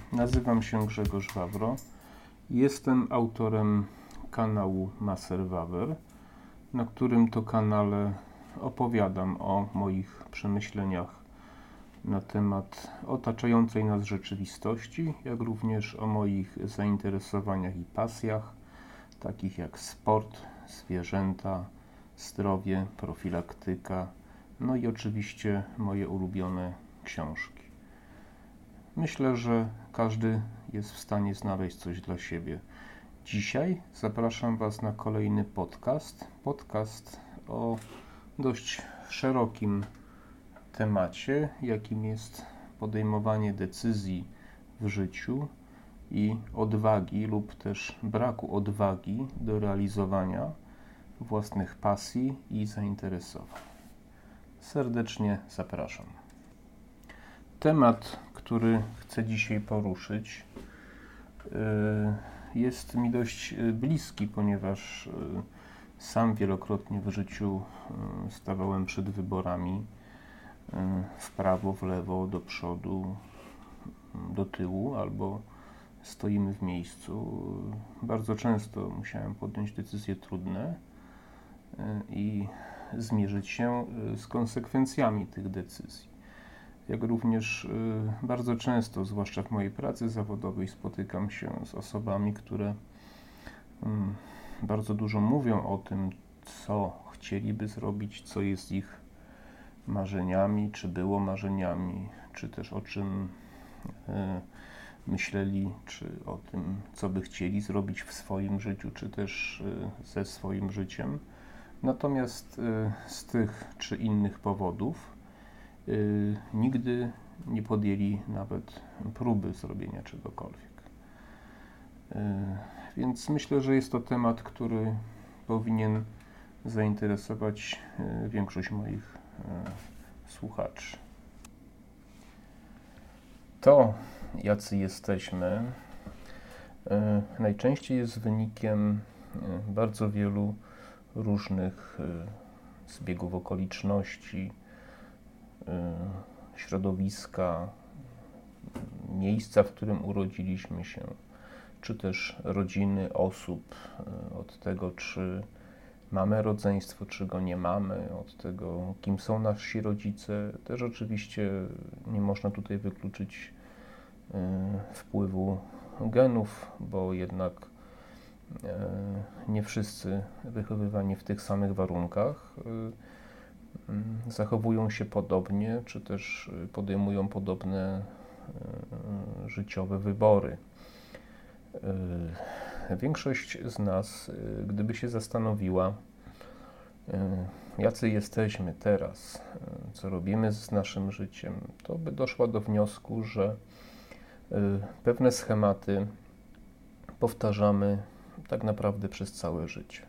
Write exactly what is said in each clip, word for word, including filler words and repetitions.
Nazywam się Grzegorz Wawro. Jestem autorem kanału Maser Wawer, na którym to kanale opowiadam o moich przemyśleniach na temat otaczającej nas rzeczywistości, jak również o moich zainteresowaniach i pasjach, takich jak sport, zwierzęta, zdrowie, profilaktyka, no i oczywiście moje ulubione książki. Myślę, że każdy jest w stanie znaleźć coś dla siebie. Dzisiaj zapraszam Was na kolejny podcast. Podcast o dość szerokim temacie, jakim jest podejmowanie decyzji w życiu i odwagi lub też braku odwagi do realizowania własnych pasji i zainteresowań. Serdecznie zapraszam. Temat, który chcę dzisiaj poruszyć, jest mi dość bliski, ponieważ sam wielokrotnie w życiu stawałem przed wyborami w prawo, w lewo, do przodu, do tyłu, albo stoimy w miejscu. Bardzo często musiałem podjąć decyzje trudne i zmierzyć się z konsekwencjami tych decyzji. Jak również bardzo często, zwłaszcza w mojej pracy zawodowej, spotykam się z osobami, które bardzo dużo mówią o tym, co chcieliby zrobić, co jest ich marzeniami, czy było marzeniami, czy też o czym myśleli, czy o tym, co by chcieli zrobić w swoim życiu, czy też ze swoim życiem. Natomiast z tych czy innych powodów Yy, nigdy nie podjęli nawet próby zrobienia czegokolwiek. Yy, więc myślę, że jest to temat, który powinien zainteresować yy, większość moich yy, słuchaczy. To, jacy jesteśmy, yy, najczęściej jest wynikiem yy, bardzo wielu różnych yy, zbiegów okoliczności, środowiska, miejsca, w którym urodziliśmy się, czy też rodziny, osób, od tego, czy mamy rodzeństwo, czy go nie mamy, od tego, kim są nasi rodzice. Też oczywiście nie można tutaj wykluczyć wpływu genów, bo jednak nie wszyscy wychowywani w tych samych warunkach zachowują się podobnie, czy też podejmują podobne życiowe wybory. Większość z nas, gdyby się zastanowiła, jacy jesteśmy teraz, co robimy z naszym życiem, to by doszła do wniosku, że pewne schematy powtarzamy tak naprawdę przez całe życie.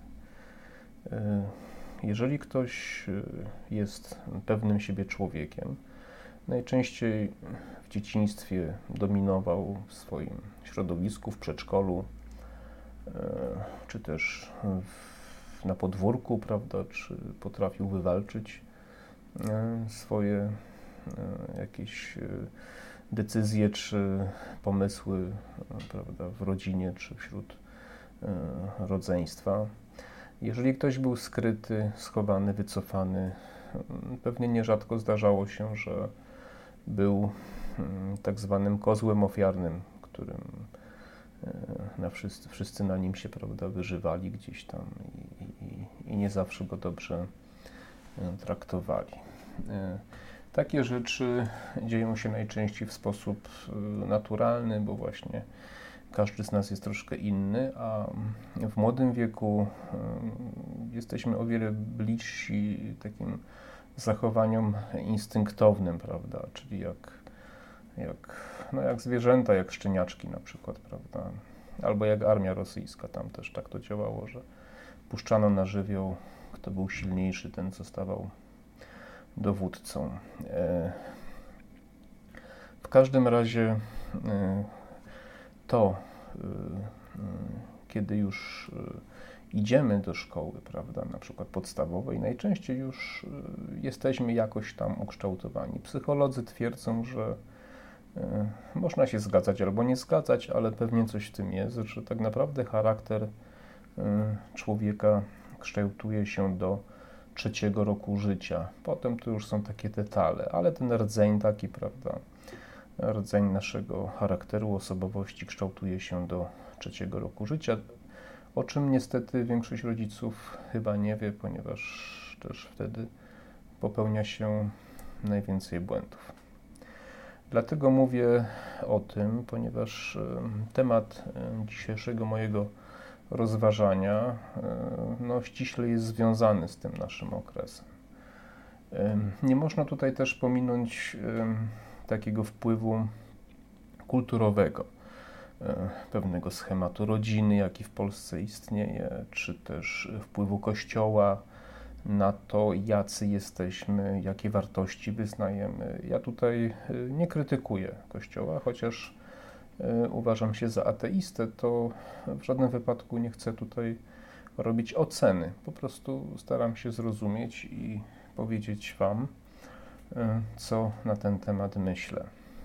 Jeżeli ktoś jest pewnym siebie człowiekiem, najczęściej w dzieciństwie dominował w swoim środowisku, w przedszkolu, czy też w, na podwórku, prawda, czy potrafił wywalczyć swoje jakieś decyzje, czy pomysły, prawda, w rodzinie, czy wśród rodzeństwa. Jeżeli ktoś był skryty, schowany, wycofany, pewnie nierzadko zdarzało się, że był tak zwanym kozłem ofiarnym, którym na wszyscy, wszyscy na nim się, prawda, wyżywali gdzieś tam i, i, i nie zawsze go dobrze traktowali. Takie rzeczy dzieją się najczęściej w sposób naturalny, bo właśnie każdy z nas jest troszkę inny, a w młodym wieku jesteśmy o wiele bliżsi takim zachowaniom instynktownym, prawda, czyli jak, jak, no jak zwierzęta, jak szczeniaczki na przykład, prawda, albo jak armia rosyjska, tam też tak to działało, że puszczano na żywioł, kto był silniejszy, ten zostawał dowódcą. W każdym razie to, kiedy już idziemy do szkoły, prawda, na przykład podstawowej, najczęściej już jesteśmy jakoś tam ukształtowani. Psycholodzy twierdzą, że Można się zgadzać albo nie zgadzać, ale pewnie coś w tym jest, że tak naprawdę charakter człowieka kształtuje się do trzeciego roku życia. Potem to już są takie detale, ale ten rdzeń taki, prawda, rdzeń naszego charakteru, osobowości kształtuje się do trzeciego roku życia, o czym niestety większość rodziców chyba nie wie, ponieważ też wtedy popełnia się najwięcej błędów. Dlatego mówię o tym, ponieważ temat dzisiejszego mojego rozważania no, ściśle jest związany z tym naszym okresem. Nie można tutaj też pominąć takiego wpływu kulturowego, pewnego schematu rodziny, jaki w Polsce istnieje, czy też wpływu Kościoła na to, jacy jesteśmy, jakie wartości wyznajemy. Ja tutaj nie krytykuję Kościoła, chociaż uważam się za ateistę, to w żadnym wypadku nie chcę tutaj robić oceny. Po prostu staram się zrozumieć i powiedzieć Wam, co na ten temat myślę.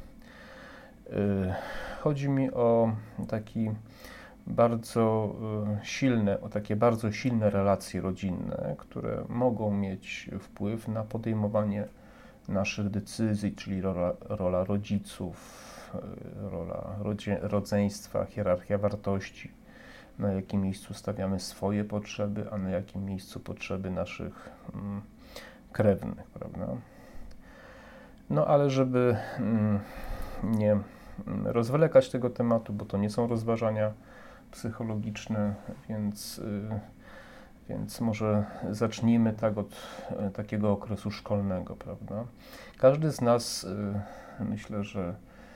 Chodzi mi o taki bardzo silne, o takie bardzo silne relacje rodzinne, które mogą mieć wpływ na podejmowanie naszych decyzji, czyli rola, rola rodziców, rola rodzie, rodzeństwa, hierarchia wartości, na jakim miejscu stawiamy swoje potrzeby, a na jakim miejscu potrzeby naszych mm, krewnych, prawda? No ale żeby mm, nie rozwlekać tego tematu, bo to nie są rozważania psychologiczne, więc, więc może zacznijmy tak od takiego okresu szkolnego, prawda? Każdy z nas, myślę, że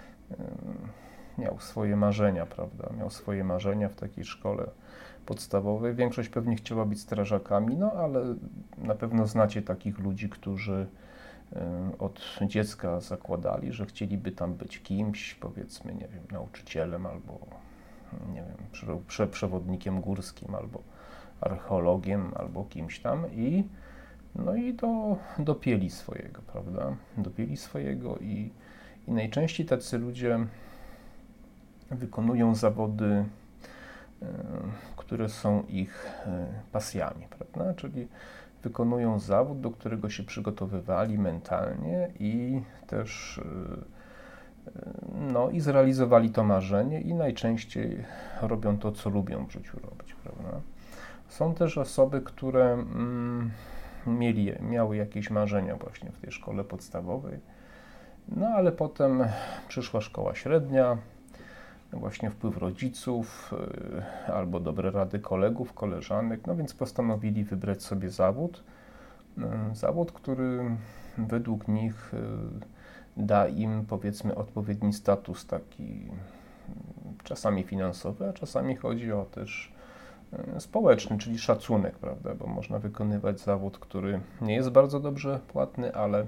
miał swoje marzenia, prawda? Miał swoje marzenia w takiej szkole podstawowej. Większość pewnie chciała być strażakami, no ale na pewno znacie takich ludzi, którzy od dziecka zakładali, że chcieliby tam być kimś, powiedzmy, nie wiem, nauczycielem albo, nie wiem, prze, przewodnikiem górskim albo archeologiem albo kimś tam i no i do, dopięli swojego, prawda? Dopięli swojego i, i najczęściej tacy ludzie wykonują zawody, które są ich pasjami, prawda? Czyli wykonują zawód, do którego się przygotowywali mentalnie i też no i zrealizowali to marzenie i najczęściej robią to, co lubią w życiu robić, prawda? Są też osoby, które mm, mieli, miały jakieś marzenia właśnie w tej szkole podstawowej, no ale potem przyszła szkoła średnia, właśnie wpływ rodziców y, albo dobre rady kolegów, koleżanek, no więc postanowili wybrać sobie zawód, y, zawód, który według nich y, da im, powiedzmy, odpowiedni status taki y, czasami finansowy, a czasami chodzi o też y, społeczny, czyli szacunek, prawda, bo można wykonywać zawód, który nie jest bardzo dobrze płatny, ale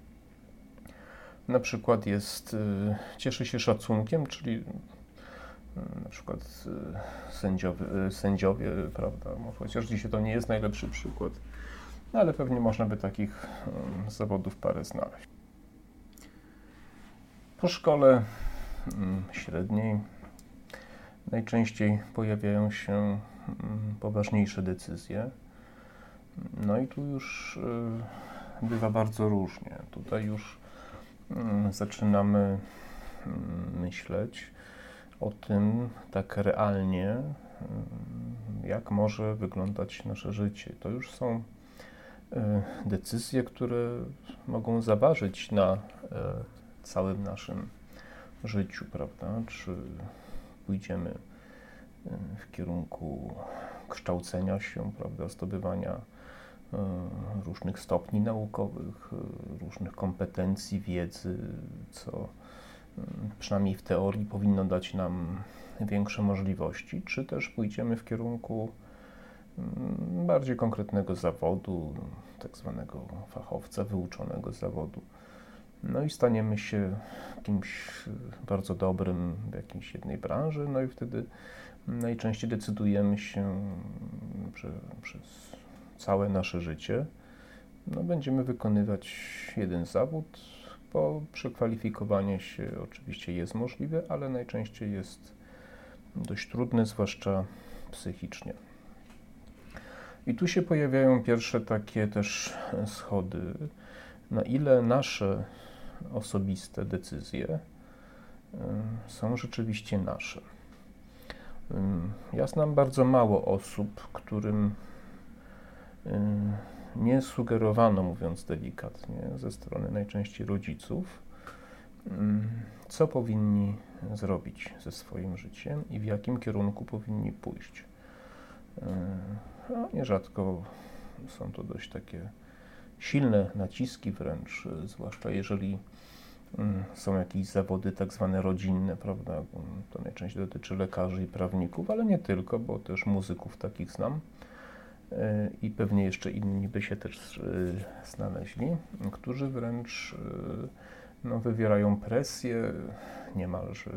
na przykład jest, y, cieszy się szacunkiem, czyli na przykład sędziowie, sędziowie, prawda, chociaż dzisiaj to nie jest najlepszy przykład, no ale pewnie można by takich um, zawodów parę znaleźć. Po szkole um, średniej najczęściej pojawiają się um, poważniejsze decyzje, no i tu już y, bywa bardzo różnie. Tutaj już um, zaczynamy um, myśleć o tym tak realnie, jak może wyglądać nasze życie. To już są decyzje, które mogą zaważyć na całym naszym życiu, prawda? Czy pójdziemy w kierunku kształcenia się, prawda, zdobywania różnych stopni naukowych, różnych kompetencji, wiedzy, co przynajmniej w teorii powinno dać nam większe możliwości, czy też pójdziemy w kierunku bardziej konkretnego zawodu, tak zwanego fachowca, wyuczonego zawodu. No i staniemy się kimś bardzo dobrym w jakiejś jednej branży, no i wtedy najczęściej decydujemy się, że przez całe nasze życie no, będziemy wykonywać jeden zawód, bo przekwalifikowanie się oczywiście jest możliwe, ale najczęściej jest dość trudne, zwłaszcza psychicznie. I tu się pojawiają pierwsze takie też schody, na ile nasze osobiste decyzje są rzeczywiście nasze. Ja znam bardzo mało osób, którym nie sugerowano, mówiąc delikatnie, ze strony najczęściej rodziców, co powinni zrobić ze swoim życiem i w jakim kierunku powinni pójść. A nierzadko są to dość takie silne naciski wręcz, zwłaszcza jeżeli są jakieś zawody tak zwane rodzinne, prawda? To najczęściej dotyczy lekarzy i prawników, ale nie tylko, bo też muzyków takich znam i pewnie jeszcze inni by się też znaleźli, którzy wręcz no, wywierają presję, niemalże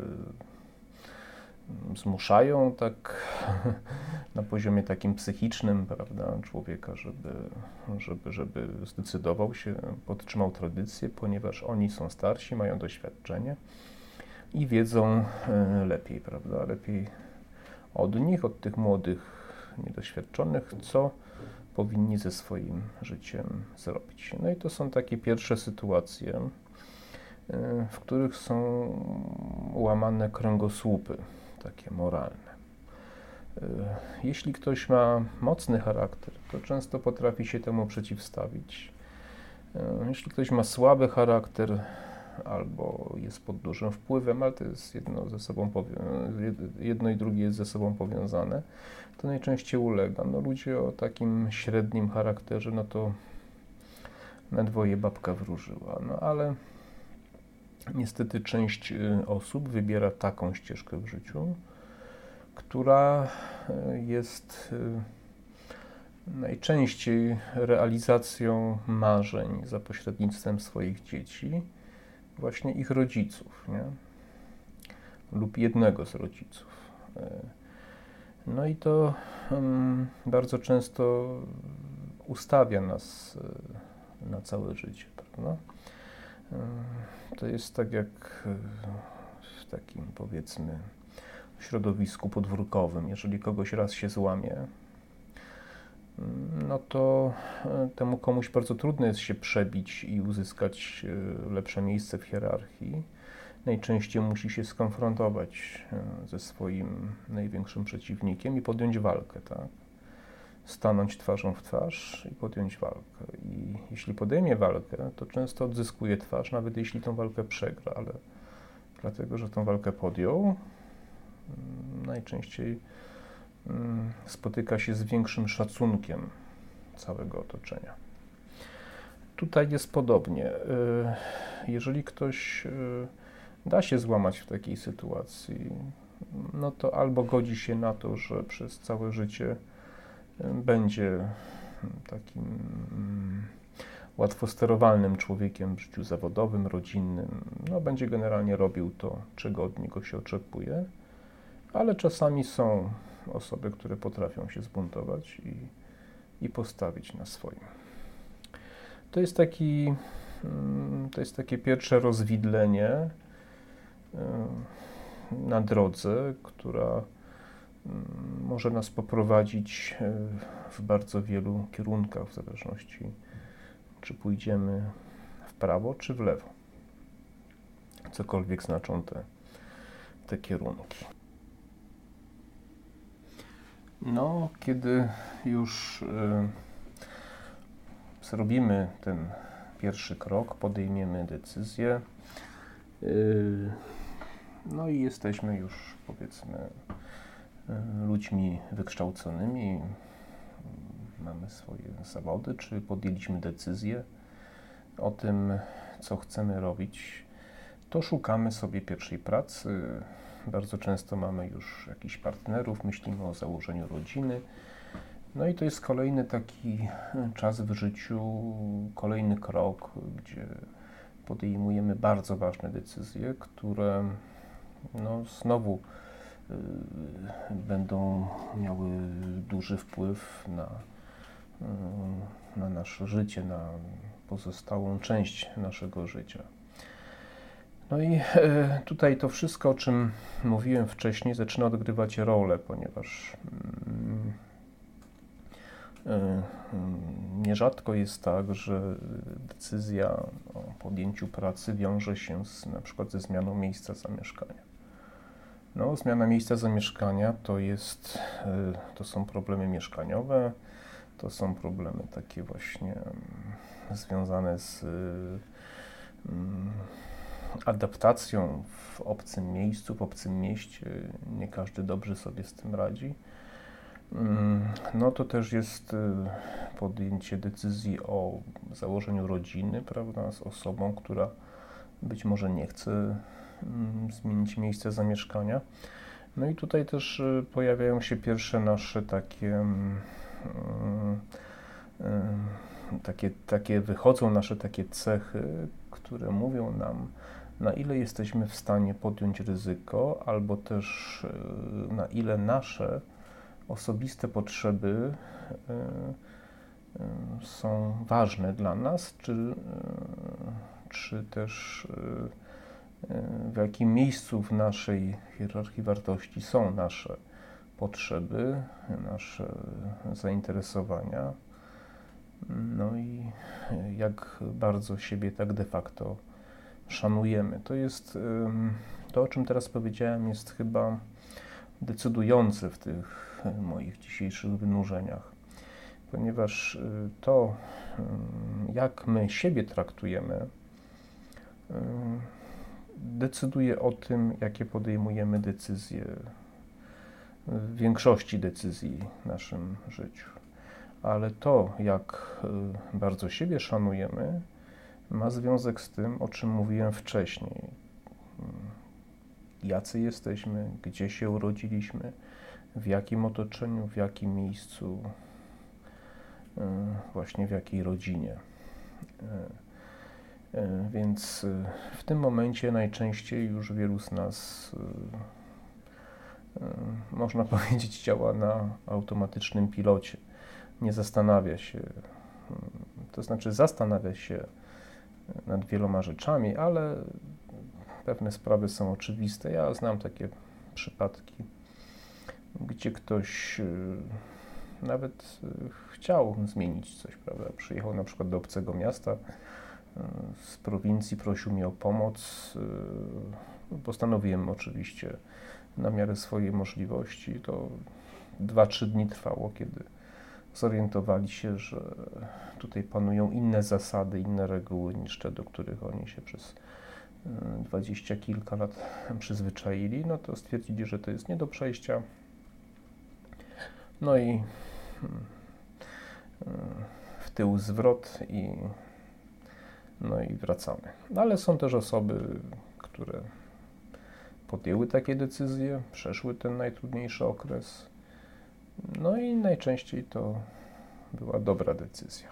zmuszają tak na poziomie takim psychicznym, prawda, człowieka, żeby, żeby, żeby zdecydował się, podtrzymał tradycję, ponieważ oni są starsi, mają doświadczenie i wiedzą lepiej, prawda, lepiej od nich, od tych młodych, niedoświadczonych, co powinni ze swoim życiem zrobić. No i to są takie pierwsze sytuacje, w których są łamane kręgosłupy, takie moralne. Jeśli ktoś ma mocny charakter, to często potrafi się temu przeciwstawić. Jeśli ktoś ma słaby charakter albo jest pod dużym wpływem, ale to jest jedno, ze sobą jedno i drugie jest ze sobą powiązane, to najczęściej ulega. No, ludzie o takim średnim charakterze, no to na dwoje babka wróżyła. No ale niestety część osób wybiera taką ścieżkę w życiu, która jest najczęściej realizacją marzeń za pośrednictwem swoich dzieci, właśnie ich rodziców, nie? Lub jednego z rodziców. No i to um, bardzo często ustawia nas na całe życie, prawda? To jest tak jak w takim, powiedzmy, środowisku podwórkowym. Jeżeli kogoś raz się złamie, no to temu komuś bardzo trudno jest się przebić i uzyskać lepsze miejsce w hierarchii. Najczęściej musi się skonfrontować ze swoim największym przeciwnikiem i podjąć walkę, tak? Stanąć twarzą w twarz i podjąć walkę. I jeśli podejmie walkę, to często odzyskuje twarz, nawet jeśli tą walkę przegra, ale dlatego, że tą walkę podjął, najczęściej spotyka się z większym szacunkiem całego otoczenia. Tutaj jest podobnie. Jeżeli ktoś da się złamać w takiej sytuacji, no to albo godzi się na to, że przez całe życie będzie takim łatwo sterowalnym człowiekiem w życiu zawodowym, rodzinnym, no będzie generalnie robił to, czego od niego się oczekuje, ale czasami są osoby, które potrafią się zbuntować i, i postawić na swoim. To jest taki, to jest takie pierwsze rozwidlenie na drodze, która może nas poprowadzić w bardzo wielu kierunkach, w zależności czy pójdziemy w prawo, czy w lewo. Cokolwiek znaczą te, te kierunki. No, kiedy już y, zrobimy ten pierwszy krok, podejmiemy decyzję, y, no i jesteśmy już, powiedzmy, y, ludźmi wykształconymi, mamy swoje zawody, czy podjęliśmy decyzję o tym, co chcemy robić, to szukamy sobie pierwszej pracy. Bardzo często mamy już jakichś partnerów, myślimy o założeniu rodziny. No i to jest kolejny taki czas w życiu, kolejny krok, gdzie podejmujemy bardzo ważne decyzje, które no, znowu y, będą miały duży wpływ na, y, na nasze życie, na pozostałą część naszego życia. No i tutaj to wszystko, o czym mówiłem wcześniej, zaczyna odgrywać rolę, ponieważ nierzadko jest tak, że decyzja o podjęciu pracy wiąże się z, na przykład ze zmianą miejsca zamieszkania. No, zmiana miejsca zamieszkania to jest, to są problemy mieszkaniowe, to są problemy takie właśnie związane z adaptacją w obcym miejscu, w obcym mieście. Nie każdy dobrze sobie z tym radzi. No to też jest podjęcie decyzji o założeniu rodziny, prawda, z osobą, która być może nie chce zmienić miejsca zamieszkania. No i tutaj też pojawiają się pierwsze nasze takie, takie, takie wychodzą nasze takie cechy, które mówią nam, na ile jesteśmy w stanie podjąć ryzyko, albo też na ile nasze osobiste potrzeby są ważne dla nas, czy, czy też w jakim miejscu w naszej hierarchii wartości są nasze potrzeby, nasze zainteresowania, no i jak bardzo siebie tak de facto szanujemy. To jest, to o czym teraz powiedziałem, jest chyba decydujące w tych moich dzisiejszych wynurzeniach, ponieważ to, jak my siebie traktujemy, decyduje o tym, jakie podejmujemy decyzje, w większości decyzji w naszym życiu. Ale to, jak bardzo siebie szanujemy, ma związek z tym, o czym mówiłem wcześniej. Jacy jesteśmy, gdzie się urodziliśmy, w jakim otoczeniu, w jakim miejscu, właśnie w jakiej rodzinie. Więc w tym momencie najczęściej już wielu z nas, można powiedzieć, działa na automatycznym pilocie. Nie zastanawia się, to znaczy zastanawia się nad wieloma rzeczami, ale pewne sprawy są oczywiste. Ja znam takie przypadki, gdzie ktoś nawet chciał zmienić coś, prawda? Przyjechał na przykład do obcego miasta, z prowincji, prosił mnie o pomoc. Postanowiłem oczywiście na miarę swojej możliwości. To dwa trzy dni trwało, kiedy zorientowali się, że tutaj panują inne zasady, inne reguły niż te, do których oni się przez dwadzieścia kilka lat przyzwyczaili. No to stwierdzili, że to jest nie do przejścia. No i w tył zwrot i no i wracamy. No ale są też osoby, które podjęły takie decyzje, przeszły ten najtrudniejszy okres. No i najczęściej to była dobra decyzja.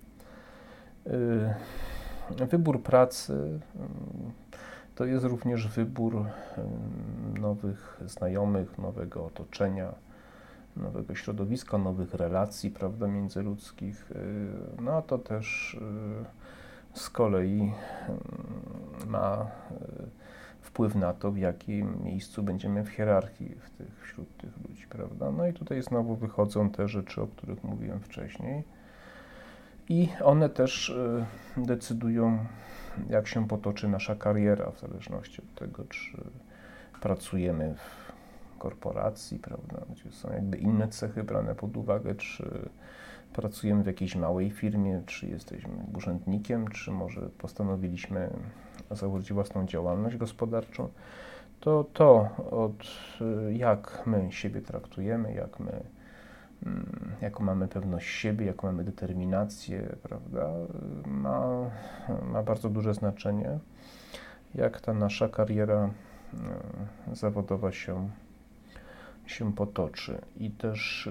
Wybór pracy to jest również wybór nowych znajomych, nowego otoczenia, nowego środowiska, nowych relacji, prawda, międzyludzkich. No a to też z kolei ma wpływ na to, w jakim miejscu będziemy w hierarchii w tych, wśród tych ludzi, prawda. No i tutaj znowu wychodzą te rzeczy, o których mówiłem wcześniej. I one też decydują, jak się potoczy nasza kariera, w zależności od tego, czy pracujemy w korporacji, prawda, gdzie są jakby inne cechy brane pod uwagę, czy pracujemy w jakiejś małej firmie, czy jesteśmy urzędnikiem, czy może postanowiliśmy założyć własną działalność gospodarczą. To to, od jak my siebie traktujemy, jak my, jaką mamy pewność siebie, jaką mamy determinację, prawda, ma, ma bardzo duże znaczenie, jak ta nasza kariera zawodowa się, się potoczy i też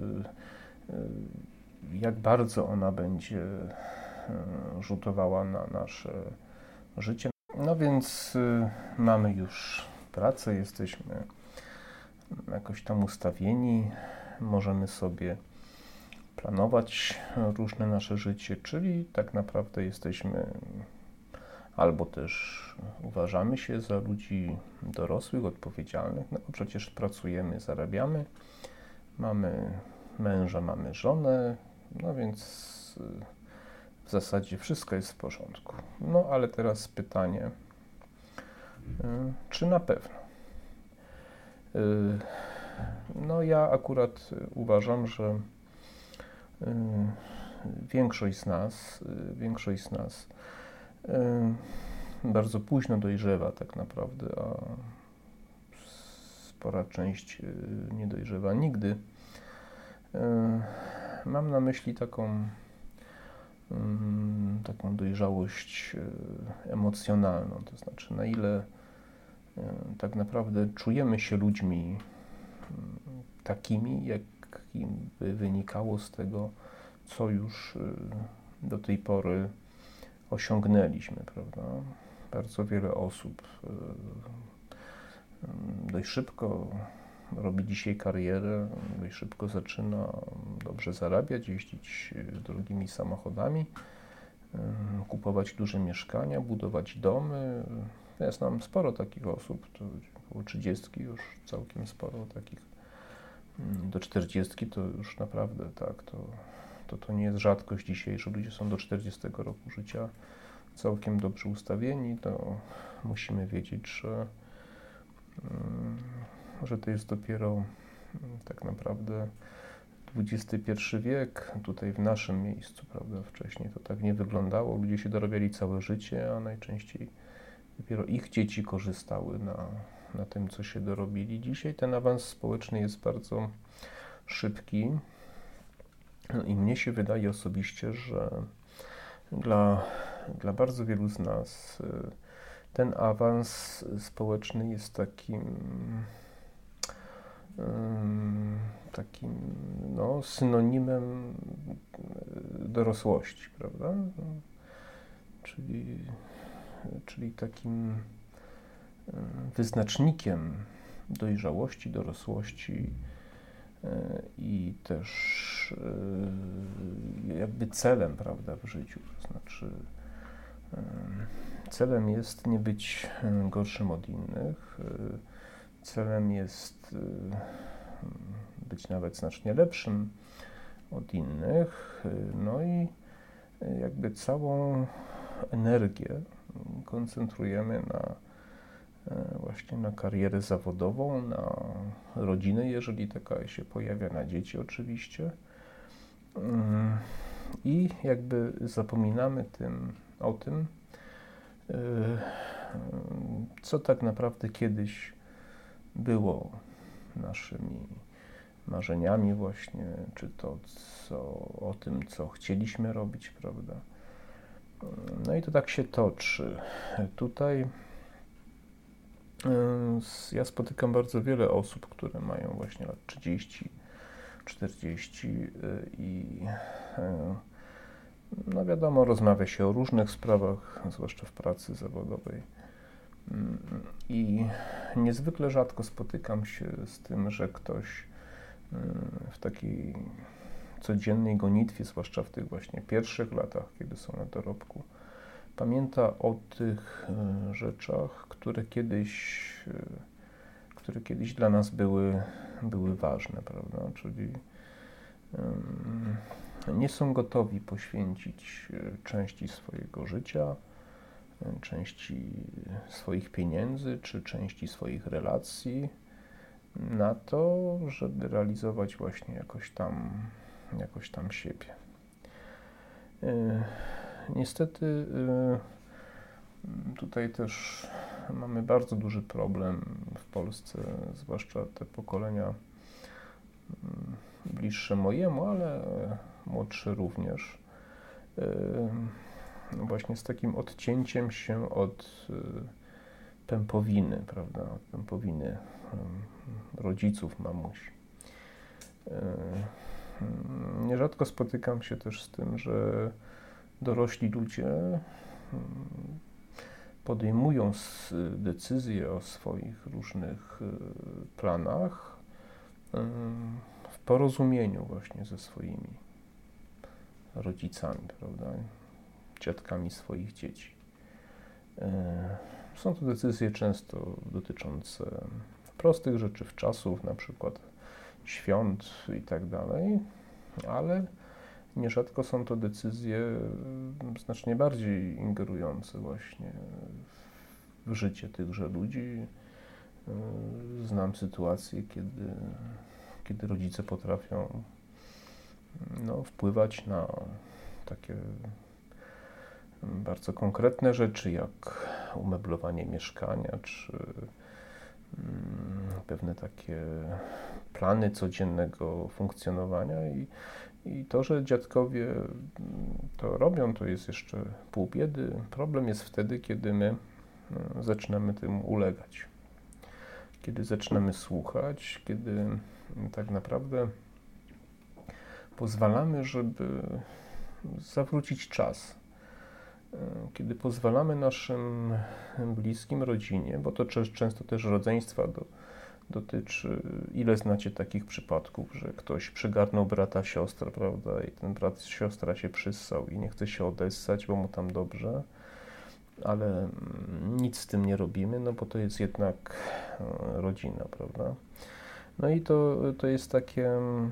jak bardzo ona będzie rzutowała na nasze życie. No więc mamy już pracę, jesteśmy jakoś tam ustawieni, możemy sobie planować różne nasze życie, czyli tak naprawdę jesteśmy albo też uważamy się za ludzi dorosłych, odpowiedzialnych, no bo przecież pracujemy, zarabiamy, mamy męża, mamy żonę, no więc w zasadzie wszystko jest w porządku. No ale teraz pytanie, czy na pewno? No ja akurat uważam, że większość z nas, większość z nas bardzo późno dojrzewa tak naprawdę, a spora część nie dojrzewa nigdy. Mam na myśli taką, taką dojrzałość emocjonalną, to znaczy na ile tak naprawdę czujemy się ludźmi takimi, jakim by wynikało z tego, co już do tej pory osiągnęliśmy, prawda? Bardzo wiele osób dość szybko robi dzisiaj karierę, dość szybko zaczyna dobrze zarabiać, jeździć drogimi samochodami, kupować duże mieszkania, budować domy. Ja znam sporo takich osób, to około trzydziestki już całkiem sporo takich. Do czterdziestki to już naprawdę tak, to, to, to nie jest rzadkość dzisiaj, że ludzie są do czterdziestego roku życia całkiem dobrze ustawieni, to musimy wiedzieć, że, że to jest dopiero tak naprawdę dwudziesty pierwszy wiek, tutaj w naszym miejscu, prawda, wcześniej to tak nie wyglądało, ludzie się dorabiali całe życie, a najczęściej dopiero ich dzieci korzystały na, na tym, co się dorobili. Dzisiaj ten awans społeczny jest bardzo szybki i mnie się wydaje osobiście, że dla, dla bardzo wielu z nas ten awans społeczny jest takim takim no, synonimem dorosłości, prawda? Czyli, czyli takim wyznacznikiem dojrzałości, dorosłości i też jakby celem, prawda, w życiu. To znaczy celem jest nie być gorszym od innych, celem jest być nawet znacznie lepszym od innych, no i jakby całą energię koncentrujemy na właśnie na karierę zawodową, na rodzinę, jeżeli taka się pojawia, na dzieci oczywiście. I jakby zapominamy tym, o tym, co tak naprawdę kiedyś było naszymi marzeniami właśnie, czy to co, o tym, co chcieliśmy robić, prawda? No i to tak się toczy. Tutaj ja spotykam bardzo wiele osób, które mają właśnie lat trzydzieści, czterdzieści i no wiadomo, rozmawia się o różnych sprawach, zwłaszcza w pracy zawodowej. I niezwykle rzadko spotykam się z tym, że ktoś w takiej codziennej gonitwie, zwłaszcza w tych właśnie pierwszych latach, kiedy są na dorobku, pamięta o tych rzeczach, które kiedyś, które kiedyś dla nas były, były ważne, prawda? Czyli nie są gotowi poświęcić części swojego życia, części swoich pieniędzy, czy części swoich relacji na to, żeby realizować właśnie jakoś tam, jakoś tam siebie. Niestety tutaj też mamy bardzo duży problem w Polsce, zwłaszcza te pokolenia bliższe mojemu, ale młodsze również, właśnie z takim odcięciem się od pępowiny, prawda, od pępowiny rodziców, mamusi. Nierzadko spotykam się też z tym, że dorośli ludzie podejmują decyzje o swoich różnych planach w porozumieniu właśnie ze swoimi rodzicami, prawda, dziadkami swoich dzieci. Są to decyzje często dotyczące prostych rzeczy, czasów, na przykład świąt i tak dalej, ale nierzadko są to decyzje znacznie bardziej ingerujące właśnie w życie tychże ludzi. Znam sytuacje, kiedy, kiedy rodzice potrafią no, wpływać na takie bardzo konkretne rzeczy, jak umeblowanie mieszkania, czy pewne takie plany codziennego funkcjonowania i, i to, że dziadkowie to robią, to jest jeszcze pół biedy. Problem jest wtedy, kiedy my zaczynamy tym ulegać. Kiedy zaczynamy słuchać, kiedy tak naprawdę pozwalamy, żeby zawrócić czas. Kiedy pozwalamy naszym bliskim, rodzinie, bo to często też rodzeństwa do, dotyczy, ile znacie takich przypadków, że ktoś przygarnął brata, siostrę, prawda, i ten brat, siostra się przyssał i nie chce się odessać, bo mu tam dobrze, ale nic z tym nie robimy, no bo to jest jednak rodzina, prawda. No i to, to jest takie,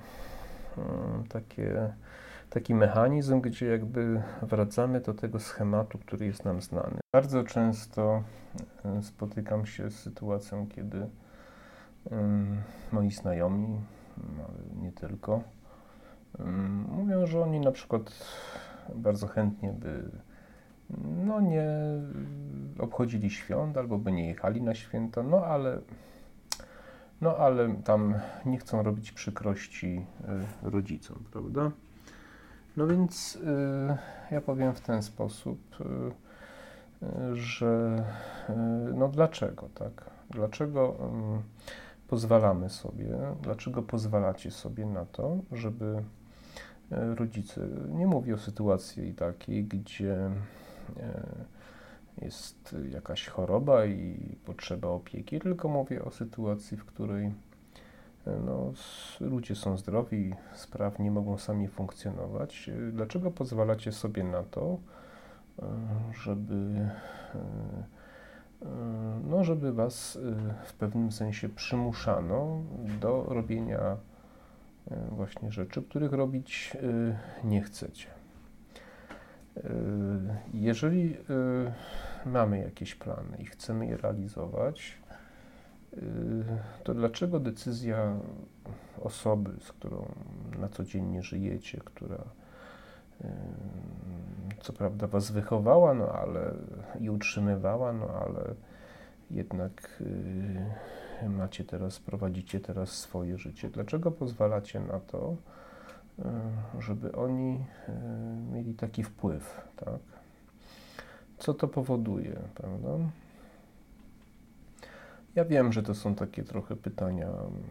takie taki mechanizm, gdzie jakby wracamy do tego schematu, który jest nam znany. Bardzo często spotykam się z sytuacją, kiedy um, moi znajomi, ale nie tylko, um, mówią, że oni na przykład bardzo chętnie by no nie obchodzili świąt, albo by nie jechali na święta, no ale no ale tam nie chcą robić przykrości y, rodzicom, prawda? No więc y, ja powiem w ten sposób, y, y, że y, no dlaczego, tak? Dlaczego y, pozwalamy sobie, dlaczego pozwalacie sobie na to, żeby y, rodzice, nie mówię o sytuacji takiej, gdzie y, jest jakaś choroba i potrzeba opieki, tylko mówię o sytuacji, w której no, ludzie są zdrowi, sprawni, mogą sami funkcjonować. Dlaczego pozwalacie sobie na to, żeby, no, żeby was w pewnym sensie przymuszano do robienia właśnie rzeczy, których robić nie chcecie? Jeżeli mamy jakieś plany i chcemy je realizować, to dlaczego decyzja osoby, z którą na co dzień żyjecie, która co prawda was wychowała, no ale i utrzymywała, no ale jednak macie teraz, prowadzicie teraz swoje życie. Dlaczego pozwalacie na to, żeby oni mieli taki wpływ, tak? Co to powoduje, prawda? Ja wiem, że to są takie trochę pytania,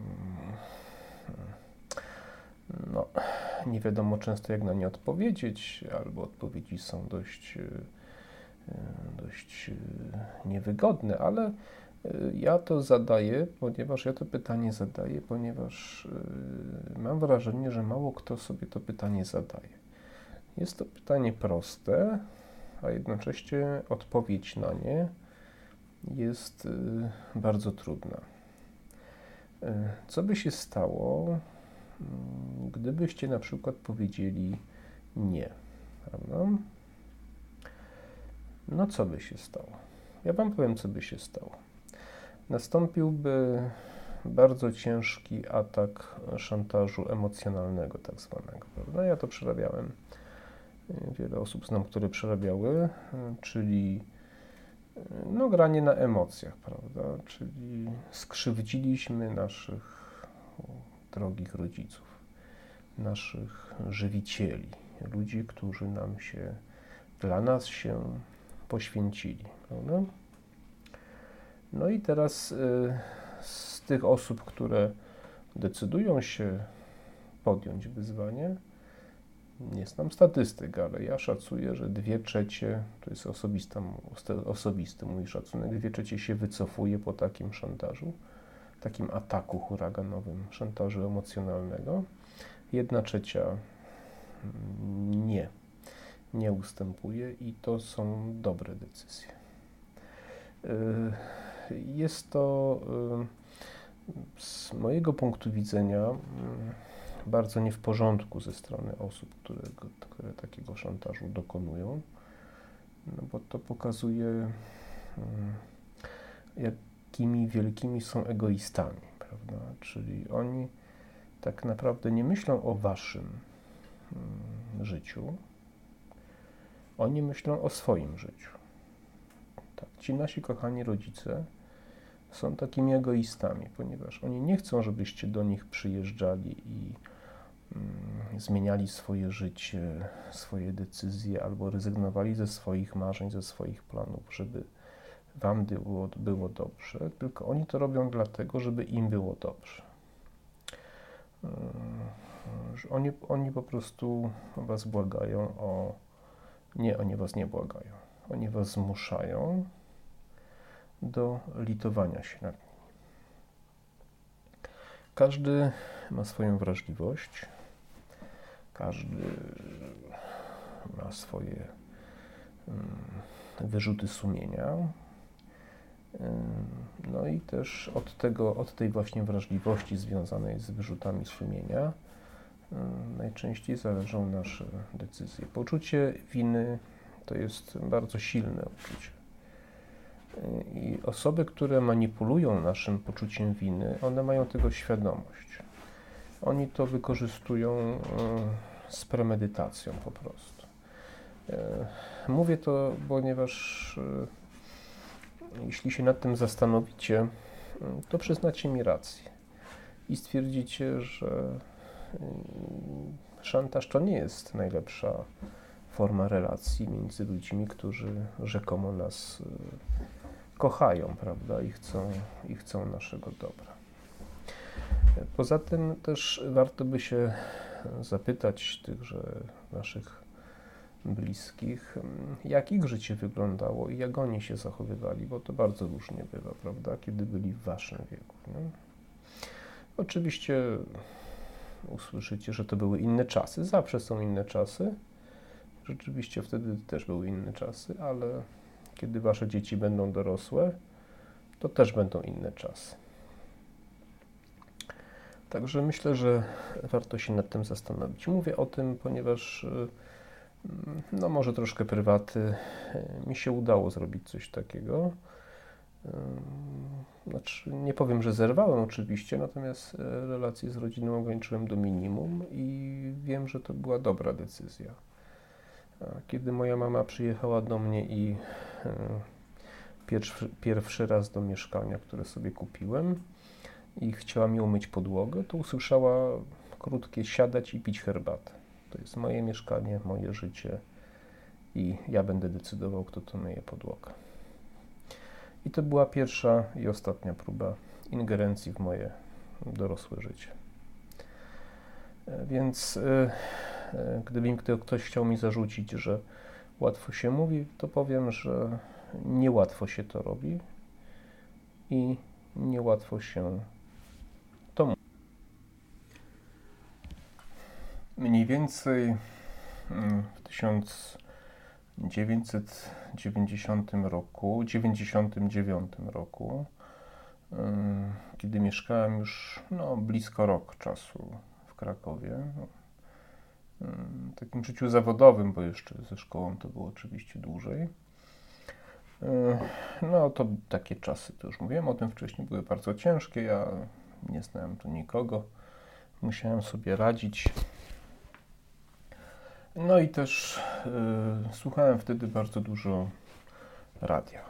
no, nie wiadomo często jak na nie odpowiedzieć, albo odpowiedzi są dość, dość niewygodne, ale ja to zadaję, ponieważ ja to pytanie zadaję, ponieważ mam wrażenie, że mało kto sobie to pytanie zadaje. Jest to pytanie proste, a jednocześnie odpowiedź na nie jest bardzo trudna. Co by się stało, gdybyście na przykład powiedzieli nie, prawda? No co by się stało? Ja wam powiem, co by się stało. Nastąpiłby bardzo ciężki atak szantażu emocjonalnego, tak zwanego, prawda? Ja to przerabiałem. Wiele osób znam, które przerabiały, czyli no, granie na emocjach, prawda? Czyli skrzywdziliśmy naszych drogich rodziców, naszych żywicieli, ludzi, którzy nam się, dla nas się poświęcili, prawda? No i teraz y, z tych osób, które decydują się podjąć wyzwanie, nie znam statystyk, ale ja szacuję, że dwie trzecie, to jest osobista, osobisty mój szacunek, dwie trzecie się wycofuje po takim szantażu, takim ataku huraganowym, szantażu emocjonalnego. Jedna trzecia nie, nie ustępuje i to są dobre decyzje. Jest to z mojego punktu widzenia bardzo nie w porządku ze strony osób, które, które takiego szantażu dokonują, no bo to pokazuje, jakimi wielkimi są egoistami, prawda? Czyli oni tak naprawdę nie myślą o waszym życiu, oni myślą o swoim życiu. Tak, ci nasi kochani rodzice są takimi egoistami, ponieważ oni nie chcą, żebyście do nich przyjeżdżali i mm, zmieniali swoje życie, swoje decyzje, albo rezygnowali ze swoich marzeń, ze swoich planów, żeby wam było, było dobrze, tylko oni to robią dlatego, żeby im było dobrze. Oni, oni po prostu was błagają o... Nie, oni was nie błagają. Oni was zmuszają do litowania się nad nimi. Każdy ma swoją wrażliwość, każdy ma swoje wyrzuty sumienia. No i też od tego, od tej właśnie wrażliwości związanej z wyrzutami sumienia najczęściej zależą nasze decyzje. Poczucie winy to jest bardzo silne uczucie. I osoby, które manipulują naszym poczuciem winy, one mają tego świadomość. Oni to wykorzystują z premedytacją po prostu. Mówię to, ponieważ jeśli się nad tym zastanowicie, to przyznacie mi rację i stwierdzicie, że szantaż to nie jest najlepsza forma relacji między ludźmi, którzy rzekomo nas kochają, prawda, i chcą, i chcą naszego dobra. Poza tym też warto by się zapytać tychże naszych bliskich, jak ich życie wyglądało i jak oni się zachowywali, bo to bardzo różnie bywa, prawda, kiedy byli w waszym wieku. Nie? Oczywiście usłyszycie, że to były inne czasy, zawsze są inne czasy, rzeczywiście wtedy też były inne czasy, ale kiedy wasze dzieci będą dorosłe, to też będą inne czasy. Także myślę, że warto się nad tym zastanowić. Mówię o tym, ponieważ no może troszkę prywaty, mi się udało zrobić coś takiego. Znaczy, nie powiem, że zerwałem oczywiście, natomiast relacje z rodziną ograniczyłem do minimum i wiem, że to była dobra decyzja. Kiedy moja mama przyjechała do mnie i pierwszy, pierwszy raz do mieszkania, które sobie kupiłem i chciała mi umyć podłogę, to usłyszała krótkie siadać i pić herbatę. To jest moje mieszkanie, moje życie i ja będę decydował, kto to myje podłogę. I to była pierwsza i ostatnia próba ingerencji w moje dorosłe życie. Więc gdyby ktoś chciał mi zarzucić, że łatwo się mówi, to powiem, że niełatwo się to robi i niełatwo się to mówi. Mniej więcej w tysiąc dziewięćset dziewięćdziesiątym roku, dziewięćdziesiątym dziewiątym roku, kiedy mieszkałem już no, blisko rok czasu w Krakowie, w takim życiu zawodowym, bo jeszcze ze szkołą to było oczywiście dłużej. No to takie czasy, to już mówiłem o tym wcześniej, były bardzo ciężkie, ja nie znałem tu nikogo, musiałem sobie radzić. No i też y, słuchałem wtedy bardzo dużo radia.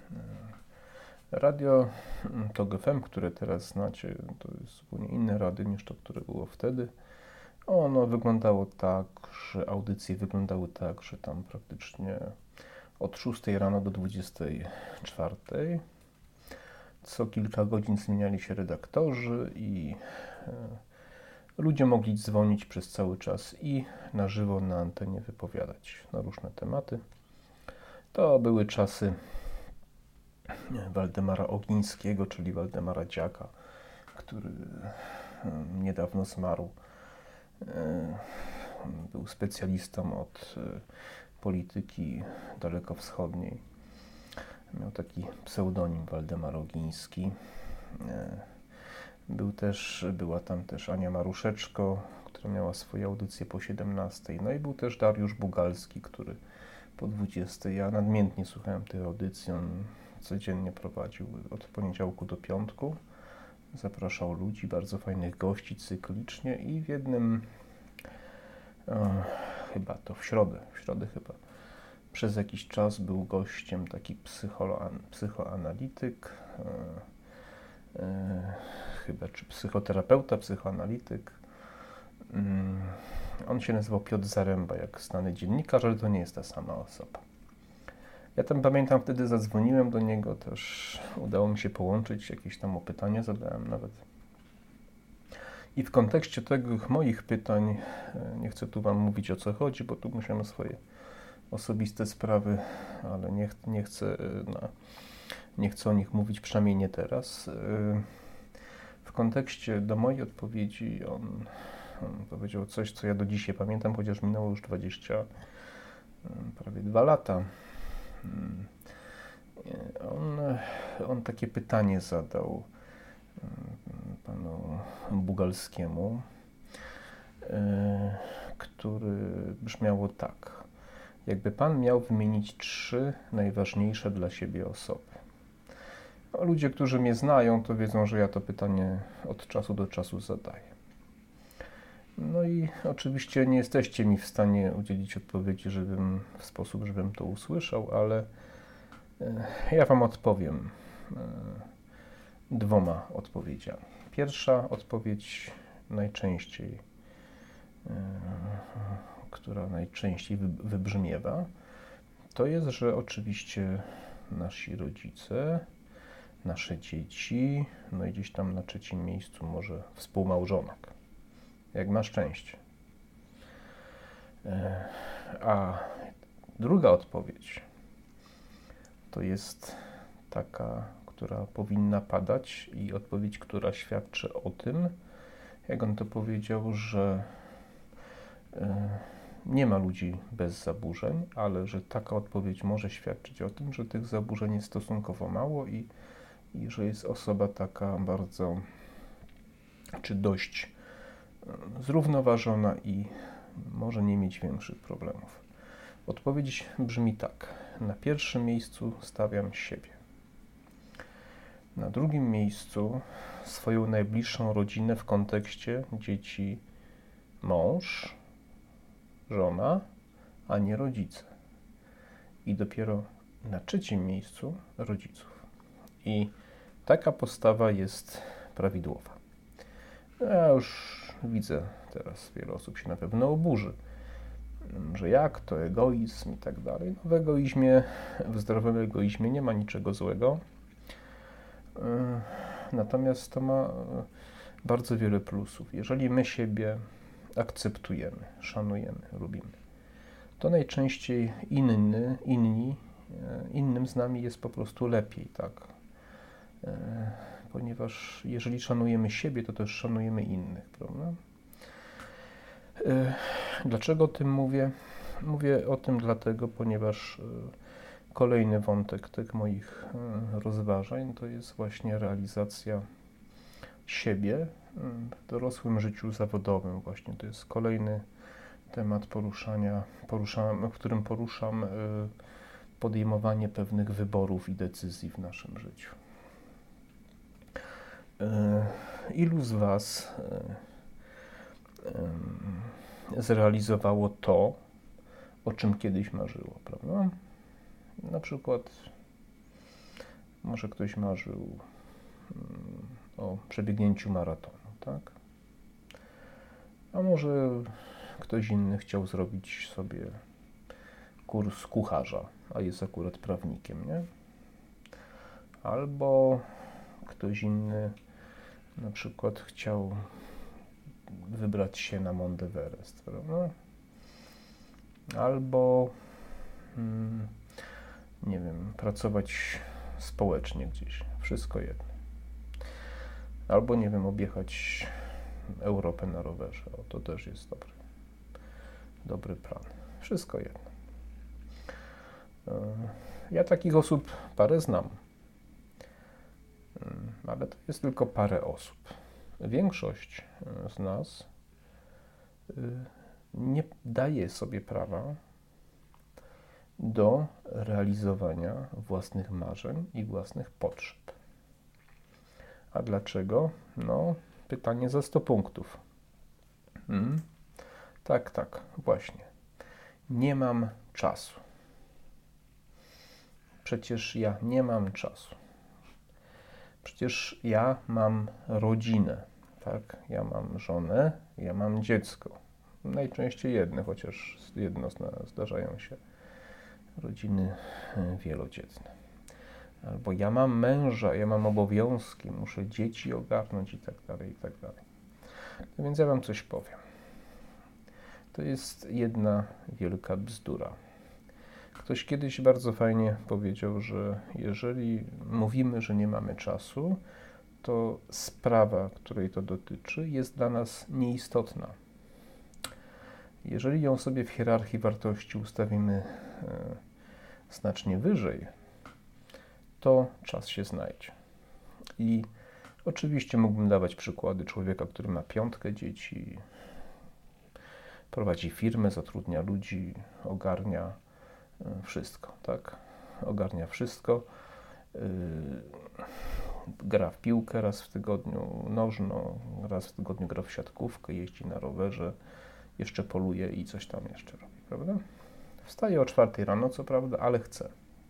Radio TOG F M, które teraz znacie, to jest zupełnie inne radio niż to, które było wtedy. Ono wyglądało tak, że audycje wyglądały tak, że tam praktycznie od szóstej rano do dwudziestej czwartej co kilka godzin zmieniali się redaktorzy i y, ludzie mogli dzwonić przez cały czas i na żywo na antenie wypowiadać na różne tematy. To były czasy Waldemara Ogińskiego, czyli Waldemara Dziaka, który niedawno zmarł. Był specjalistą od polityki dalekowschodniej. Miał taki pseudonim Waldemar Ogiński. Był też, była tam też Ania Maruszeczko, która miała swoje audycje po siedemnastej. No i był też Dariusz Bugalski, który po dwudziestej. Ja nadmiennie słuchałem tej audycji. On codziennie prowadził od poniedziałku do piątku. Zapraszał ludzi, bardzo fajnych gości cyklicznie i w jednym, o, chyba to w środę, w środę chyba, przez jakiś czas był gościem taki psycholo, psychoanalityk, e, e, chyba czy psychoterapeuta, psychoanalityk. Mm, on się nazywał Piotr Zaręba, jak znany dziennikarz, ale to nie jest ta sama osoba. Ja tam pamiętam, wtedy zadzwoniłem do niego, też udało mi się połączyć, jakieś tam pytania zadałem nawet. I w kontekście tych moich pytań, nie chcę tu wam mówić, o co chodzi, bo tu musiałem swoje osobiste sprawy, ale nie, nie, chcę, no, nie chcę o nich mówić, przynajmniej nie teraz. W kontekście do mojej odpowiedzi on, on powiedział coś, co ja do dzisiaj pamiętam, chociaż minęło już dwadzieścia, prawie dwa lata. On, on takie pytanie zadał panu Bugalskiemu, które brzmiało tak. Jakby pan miał wymienić trzy najważniejsze dla siebie osoby. No, ludzie, którzy mnie znają, to wiedzą, że ja to pytanie od czasu do czasu zadaję. No i oczywiście nie jesteście mi w stanie udzielić odpowiedzi, żebym w sposób, żebym to usłyszał, ale ja wam odpowiem dwoma odpowiedziami. Pierwsza odpowiedź najczęściej, która najczęściej wybrzmiewa, to jest, że oczywiście nasi rodzice, nasze dzieci, no i gdzieś tam na trzecim miejscu może współmałżonek, jak ma szczęście. A druga odpowiedź to jest taka, która powinna padać i odpowiedź, która świadczy o tym, jak on to powiedział, że nie ma ludzi bez zaburzeń, ale że taka odpowiedź może świadczyć o tym, że tych zaburzeń jest stosunkowo mało i, i że jest osoba taka bardzo, czy dość zrównoważona i może nie mieć większych problemów. Odpowiedź brzmi tak. Na pierwszym miejscu stawiam siebie. Na drugim miejscu swoją najbliższą rodzinę w kontekście dzieci, mąż, żona, a nie rodzice. I dopiero na trzecim miejscu rodziców. I taka postawa jest prawidłowa. Ja już widzę, teraz wiele osób się na pewno oburzy, że jak to egoizm i tak dalej. No w egoizmie, w zdrowym egoizmie nie ma niczego złego. Natomiast to ma bardzo wiele plusów. Jeżeli my siebie akceptujemy, szanujemy, lubimy, to najczęściej inny, inni, innym z nami jest po prostu lepiej, tak? Ponieważ jeżeli szanujemy siebie, to też szanujemy innych, prawda? Dlaczego o tym mówię? Mówię o tym dlatego, ponieważ kolejny wątek tych moich rozważań to jest właśnie realizacja siebie w dorosłym życiu zawodowym. Właśnie to jest kolejny temat poruszania, poruszam, w którym poruszam podejmowanie pewnych wyborów i decyzji w naszym życiu. Ilu z Was zrealizowało to, o czym kiedyś marzyło, prawda? Na przykład może ktoś marzył o przebiegnięciu maratonu, tak? A może ktoś inny chciał zrobić sobie kurs kucharza, a jest akurat prawnikiem, nie? Albo ktoś inny na przykład chciał wybrać się na Mount Everest, prawda? Albo hmm, nie wiem, pracować społecznie gdzieś, wszystko jedno. Albo nie wiem, objechać Europę na rowerze, o, to też jest dobry, dobry plan, wszystko jedno. Ja takich osób parę znam, ale to jest tylko parę osób. Większość z nas nie daje sobie prawa do realizowania własnych marzeń i własnych potrzeb. A dlaczego? No, pytanie za sto punktów. Hmm? Tak, tak, właśnie. Nie mam czasu. Przecież ja nie mam czasu. Przecież ja mam rodzinę, tak? Ja mam żonę, ja mam dziecko. Najczęściej jedno, chociaż jedno zdarzają się rodziny wielodzietne. Albo ja mam męża, ja mam obowiązki, muszę dzieci ogarnąć i tak dalej, i tak dalej. No więc ja wam coś powiem. To jest jedna wielka bzdura. Ktoś kiedyś bardzo fajnie powiedział, że jeżeli mówimy, że nie mamy czasu, to sprawa, której to dotyczy, jest dla nas nieistotna. Jeżeli ją sobie w hierarchii wartości ustawimy e, znacznie wyżej, to czas się znajdzie. I oczywiście mógłbym dawać przykłady człowieka, który ma piątkę dzieci, prowadzi firmę, zatrudnia ludzi, ogarnia wszystko, tak? Ogarnia wszystko. Yy, gra w piłkę raz w tygodniu, nożno, raz w tygodniu gra w siatkówkę, jeździ na rowerze, jeszcze poluje i coś tam jeszcze robi, prawda? Wstaje o czwartej rano, co prawda, ale chce.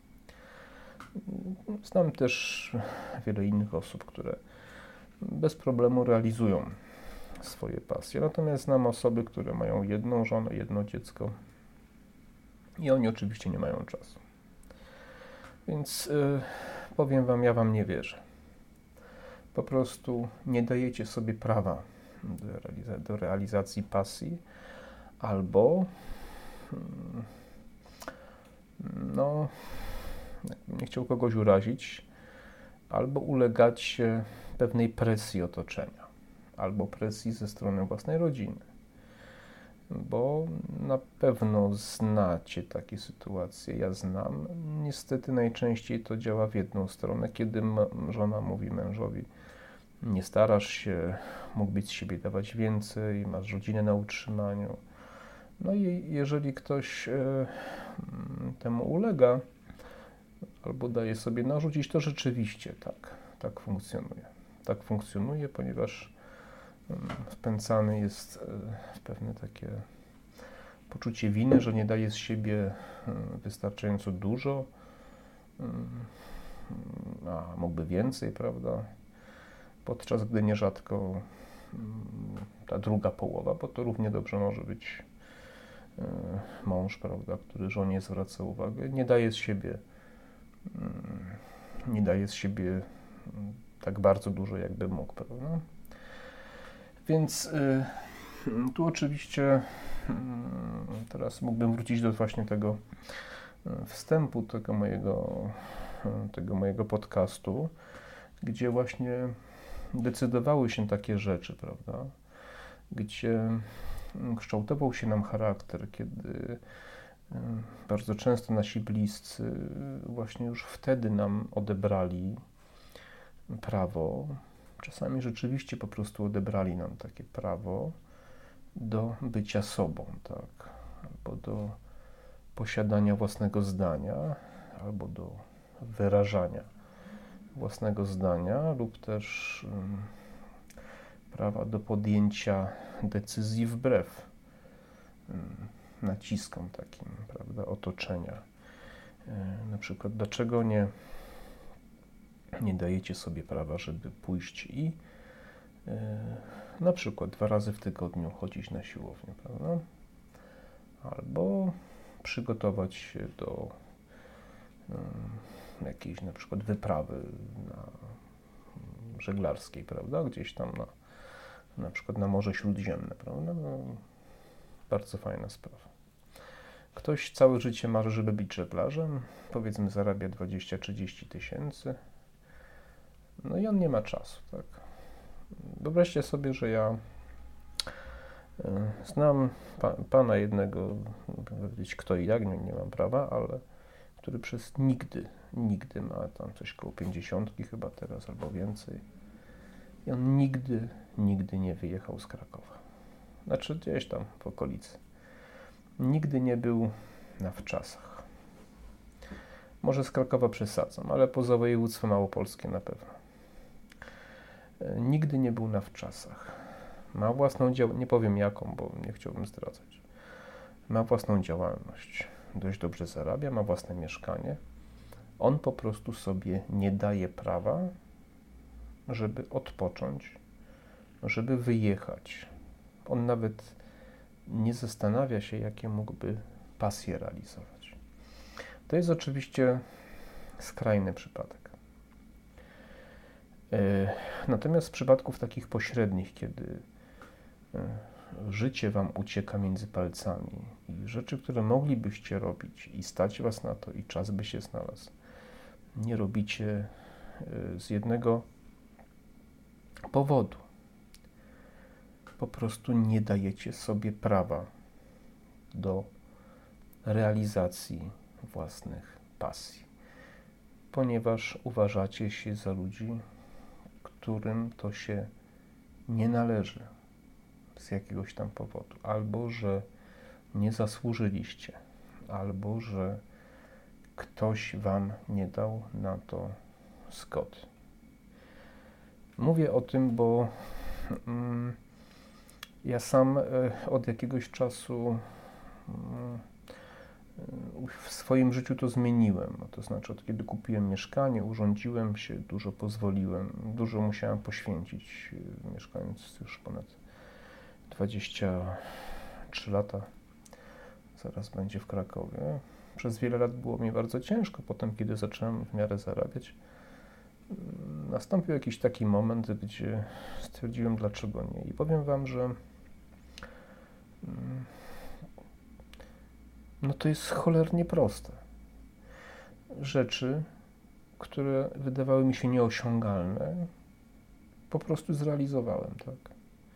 Znam też wiele innych osób, które bez problemu realizują swoje pasje. Natomiast znam osoby, które mają jedną żonę, jedno dziecko i oni oczywiście nie mają czasu. Więc yy, powiem wam, ja wam nie wierzę. Po prostu nie dajecie sobie prawa do, realiza- do realizacji pasji albo hmm, no nie chciał kogoś urazić, albo ulegacie pewnej presji otoczenia, albo presji ze strony własnej rodziny. Bo na pewno znacie takie sytuacje, ja znam. Niestety najczęściej to działa w jedną stronę, kiedy żona mówi mężowi: nie starasz się, mógłbyś z siebie dawać więcej, masz rodzinę na utrzymaniu. No i jeżeli ktoś e, temu ulega, albo daje sobie narzucić, to rzeczywiście tak, tak funkcjonuje. Tak funkcjonuje, ponieważ wpędzany jest w pewne takie poczucie winy, że nie daje z siebie wystarczająco dużo, a mógłby więcej, prawda? Podczas gdy nierzadko ta druga połowa, bo to równie dobrze może być mąż, prawda, który żonie zwraca uwagę, nie daje z siebie nie daje z siebie tak bardzo dużo, jakby mógł, prawda? Więc y, tu oczywiście y, teraz mógłbym wrócić do właśnie tego wstępu, tego mojego, tego mojego podcastu, gdzie właśnie decydowały się takie rzeczy, prawda? Gdzie kształtował się nam charakter, kiedy bardzo często nasi bliscy właśnie już wtedy nam odebrali prawo, czasami rzeczywiście po prostu odebrali nam takie prawo do bycia sobą, tak, albo do posiadania własnego zdania, albo do wyrażania własnego zdania, lub też um, prawa do podjęcia decyzji wbrew um, naciskom takim, prawda, otoczenia. E, na przykład, dlaczego nie, nie dajecie sobie prawa, żeby pójść i e, na przykład dwa razy w tygodniu chodzić na siłownię, prawda? Albo przygotować się do e, jakiejś na przykład wyprawy na, żeglarskiej, prawda? Gdzieś tam na, na przykład na Morze Śródziemne, prawda? No, bardzo fajna sprawa. Ktoś całe życie marzy, żeby być żeglarzem, powiedzmy zarabia dwadzieścia trzydzieści tysięcy, no i on nie ma czasu, tak. Wyobraźcie sobie, że ja y, znam pa, pana jednego, powiedzieć kto i jak, nie, nie mam prawa, ale który przez nigdy, nigdy ma tam coś koło pięćdziesiątki chyba teraz albo więcej. I on nigdy, nigdy nie wyjechał z Krakowa. Znaczy gdzieś tam w okolicy. Nigdy nie był na wczasach. Może z Krakowa przesadzam, ale poza województwo małopolskie na pewno. Nigdy nie był na wczasach. Ma własną działalność, nie powiem jaką, bo nie chciałbym zdradzać. Ma własną działalność. Dość dobrze zarabia, ma własne mieszkanie. On po prostu sobie nie daje prawa, żeby odpocząć, żeby wyjechać. On nawet nie zastanawia się, jakie mógłby pasje realizować. To jest oczywiście skrajny przypadek. Natomiast przypadków takich pośrednich, kiedy życie wam ucieka między palcami i rzeczy, które moglibyście robić i stać was na to i czas by się znalazł, nie robicie z jednego powodu. Po prostu nie dajecie sobie prawa do realizacji własnych pasji, ponieważ uważacie się za ludzi, którym to się nie należy z jakiegoś tam powodu, albo że nie zasłużyliście, albo że ktoś wam nie dał na to zgody. Mówię o tym, bo mm, ja sam y, od jakiegoś czasu y, w swoim życiu to zmieniłem. No, to znaczy, od kiedy kupiłem mieszkanie, urządziłem się, dużo pozwoliłem, dużo musiałem poświęcić, y, mieszkając już ponad dwadzieścia trzy lata, zaraz będzie w Krakowie. Przez wiele lat było mi bardzo ciężko. Potem, kiedy zacząłem w miarę zarabiać, nastąpił jakiś taki moment, gdzie stwierdziłem, dlaczego nie. I powiem wam, że no to jest cholernie proste. Rzeczy, które wydawały mi się nieosiągalne, po prostu zrealizowałem, tak.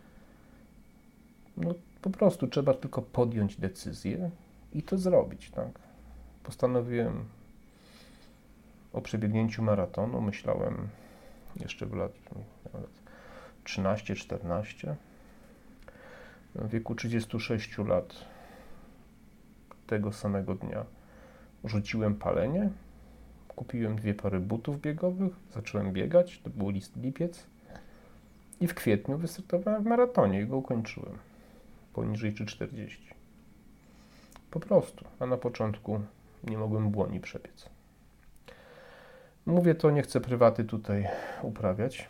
No po prostu trzeba tylko podjąć decyzję i to zrobić, tak. Postanowiłem o przebiegnięciu maratonu, myślałem jeszcze w lat trzynaście czternaście. W wieku trzydziestu sześciu lat tego samego dnia rzuciłem palenie, kupiłem dwie pary butów biegowych, zacząłem biegać, to był list lipiec i w kwietniu wystartowałem w maratonie i go ukończyłem. Poniżej trzy czterdzieści. Po prostu, a na początku nie mogłem błoni przebiec. Mówię to, nie chcę prywaty tutaj uprawiać,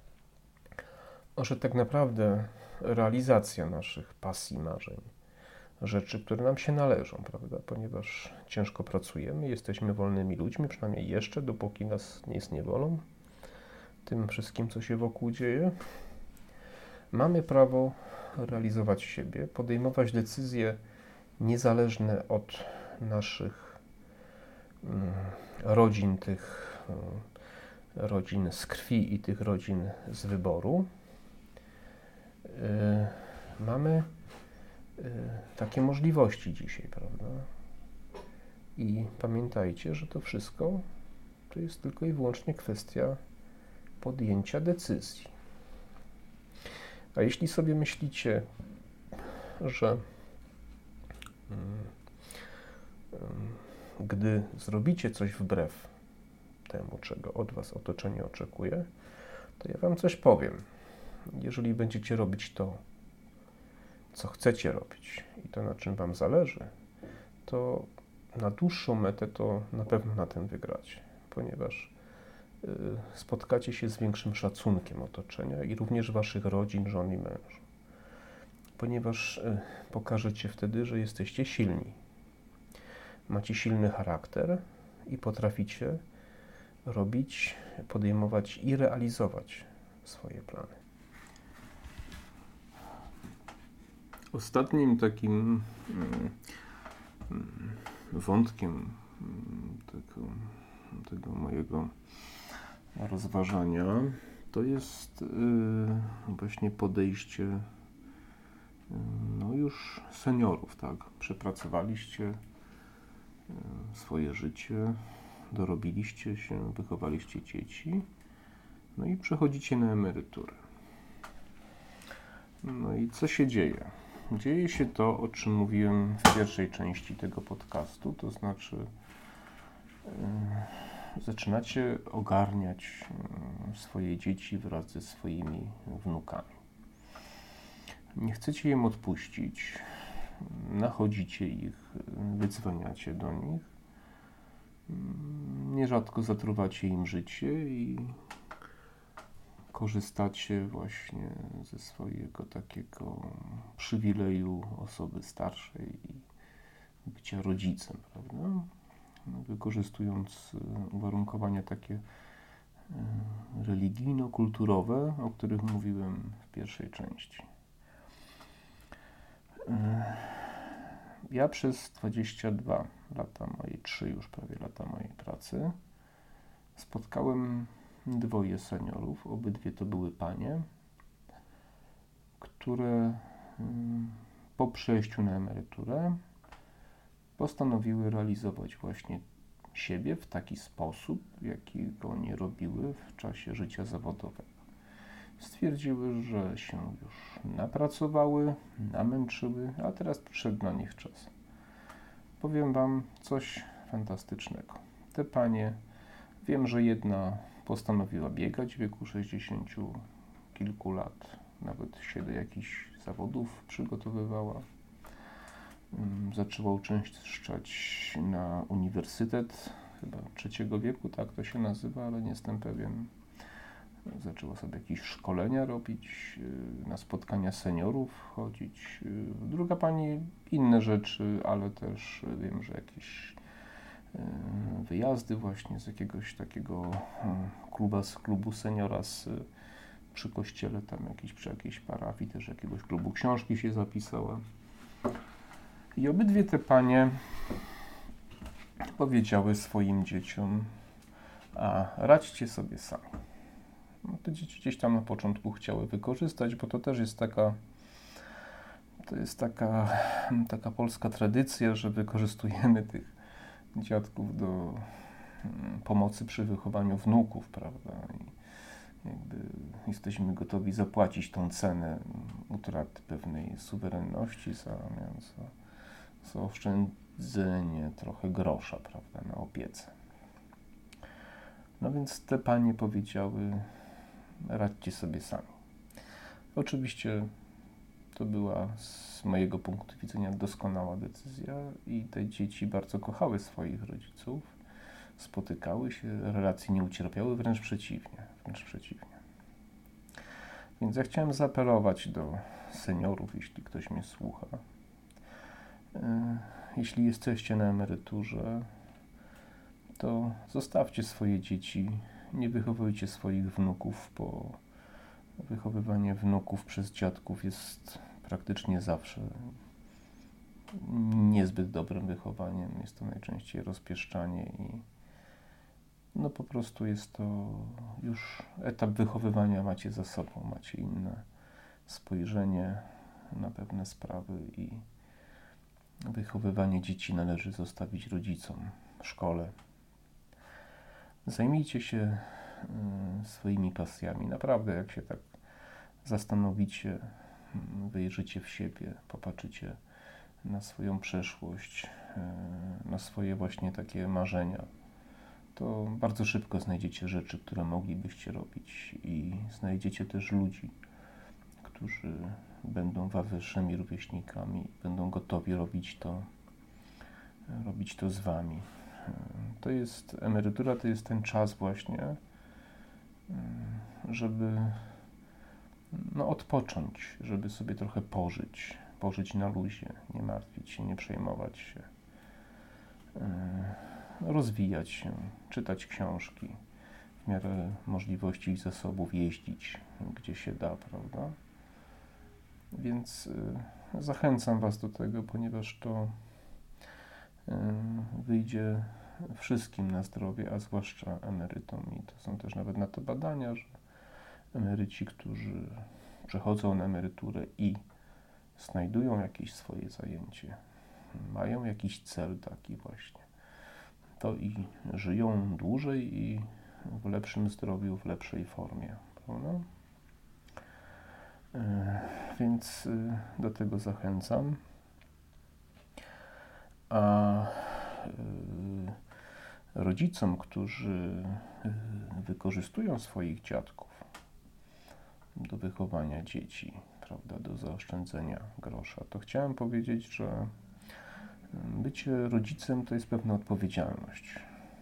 że tak naprawdę realizacja naszych pasji, marzeń, rzeczy, które nam się należą, prawda, ponieważ ciężko pracujemy, jesteśmy wolnymi ludźmi, przynajmniej jeszcze, dopóki nas nie jest niewolą, tym wszystkim, co się wokół dzieje. Mamy prawo realizować siebie, podejmować decyzje niezależne od naszych mm, rodzin, tych mm, rodzin z krwi i tych rodzin z wyboru. Yy, mamy yy, takie możliwości dzisiaj, prawda? I pamiętajcie, że to wszystko to jest tylko i wyłącznie kwestia podjęcia decyzji. A jeśli sobie myślicie, że mm, mm, gdy zrobicie coś wbrew temu, czego od was otoczenie oczekuje, to ja wam coś powiem. Jeżeli będziecie robić to, co chcecie robić i to, na czym wam zależy, to na dłuższą metę to na pewno na tym wygracie, ponieważ y, spotkacie się z większym szacunkiem otoczenia i również waszych rodzin, żon i mężów, ponieważ y, pokażecie wtedy, że jesteście silni. Macie silny charakter i potraficie robić, podejmować i realizować swoje plany. Ostatnim takim wątkiem tego, tego mojego rozważania to jest właśnie podejście no już seniorów, tak? Przepracowaliście swoje życie, dorobiliście się, wychowaliście dzieci, no i przechodzicie na emeryturę. No i co się dzieje? Dzieje się to, o czym mówiłem w pierwszej części tego podcastu, to znaczy yy, zaczynacie ogarniać yy, swoje dzieci wraz ze swoimi wnukami. Nie chcecie im odpuścić, nachodzicie ich, wydzwaniacie do nich, nierzadko zatruwacie im życie i korzystacie właśnie ze swojego takiego przywileju osoby starszej i bycia rodzicem, prawda? Wykorzystując uwarunkowania takie religijno-kulturowe, o których mówiłem w pierwszej części. Ja przez dwadzieścia dwa lata mojej, trzy już prawie lata mojej pracy spotkałem dwoje seniorów, obydwie to były panie, które po przejściu na emeryturę postanowiły realizować właśnie siebie w taki sposób, jakiego nie robiły w czasie życia zawodowego. Stwierdziły, że się już napracowały, namęczyły, a teraz przyszedł na nich czas. Powiem wam coś fantastycznego. Te panie, wiem, że jedna postanowiła biegać w wieku sześćdziesięciu kilku lat, nawet się do jakichś zawodów przygotowywała. Zaczęła uczęszczać na uniwersytet, chyba trzeciego wieku, tak to się nazywa, ale nie jestem pewien. Zaczęła sobie jakieś szkolenia robić, na spotkania seniorów chodzić. Druga pani inne rzeczy, ale też wiem, że jakieś wyjazdy właśnie z jakiegoś takiego kluba, z klubu seniora z, przy kościele, tam jakiś, przy jakiejś parafii, też jakiegoś klubu książki się zapisała. I obydwie te panie powiedziały swoim dzieciom, a radźcie sobie sami. No, te dzieci gdzieś tam na początku chciały wykorzystać, bo to też jest taka to jest taka, taka polska tradycja, że wykorzystujemy tych dziadków do pomocy przy wychowaniu wnuków, prawda? I jakby jesteśmy gotowi zapłacić tą cenę utraty pewnej suwerenności za, za, za oszczędzenie trochę grosza, prawda, na opiece. No więc te panie powiedziały, radźcie sobie sami. Oczywiście to była z mojego punktu widzenia doskonała decyzja i te dzieci bardzo kochały swoich rodziców, spotykały się, relacji nie ucierpiały, wręcz przeciwnie, wręcz przeciwnie. Więc ja chciałem zaapelować do seniorów, jeśli ktoś mnie słucha. Jeśli jesteście na emeryturze, to zostawcie swoje dzieci, nie wychowujcie swoich wnuków, bo wychowywanie wnuków przez dziadków jest praktycznie zawsze niezbyt dobrym wychowaniem. Jest to najczęściej rozpieszczanie i no po prostu jest to już etap wychowywania macie za sobą, macie inne spojrzenie na pewne sprawy i wychowywanie dzieci należy zostawić rodzicom w szkole. Zajmijcie się y, swoimi pasjami. Naprawdę, jak się tak zastanowicie, wyjrzycie w siebie, popatrzycie na swoją przeszłość, y, na swoje właśnie takie marzenia, to bardzo szybko znajdziecie rzeczy, które moglibyście robić i znajdziecie też ludzi, którzy będą waszymi rówieśnikami, będą gotowi robić to, robić to z wami. To jest, emerytura to jest ten czas właśnie, żeby no, odpocząć, żeby sobie trochę pożyć, pożyć na luzie, nie martwić się, nie przejmować się, rozwijać się, czytać książki, w miarę możliwości i zasobów jeździć, gdzie się da, prawda? Więc y, zachęcam was do tego, ponieważ to y, wyjdzie wszystkim na zdrowie, a zwłaszcza emerytom. I to są też nawet na to badania, że emeryci, którzy przechodzą na emeryturę i znajdują jakieś swoje zajęcie, mają jakiś cel taki właśnie, to i żyją dłużej i w lepszym zdrowiu, w lepszej formie, prawda? Więc do tego zachęcam. A rodzicom, którzy wykorzystują swoich dziadków do wychowania dzieci, prawda, do zaoszczędzenia grosza, to chciałem powiedzieć, że bycie rodzicem to jest pewna odpowiedzialność.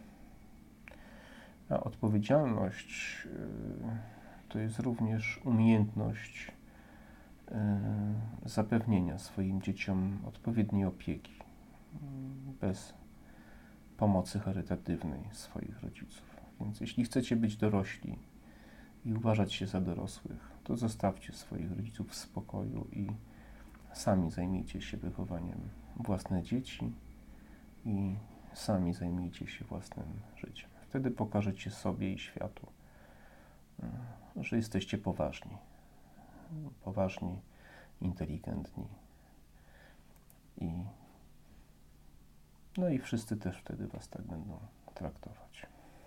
A odpowiedzialność to jest również umiejętność zapewnienia swoim dzieciom odpowiedniej opieki bez pomocy charytatywnej swoich rodziców. Więc jeśli chcecie być dorośli i uważać się za dorosłych, to zostawcie swoich rodziców w spokoju i sami zajmijcie się wychowaniem własnych dzieci i sami zajmijcie się własnym życiem. Wtedy pokażecie sobie i światu, że jesteście poważni. Poważni, inteligentni i no i wszyscy też wtedy was tak będą traktować.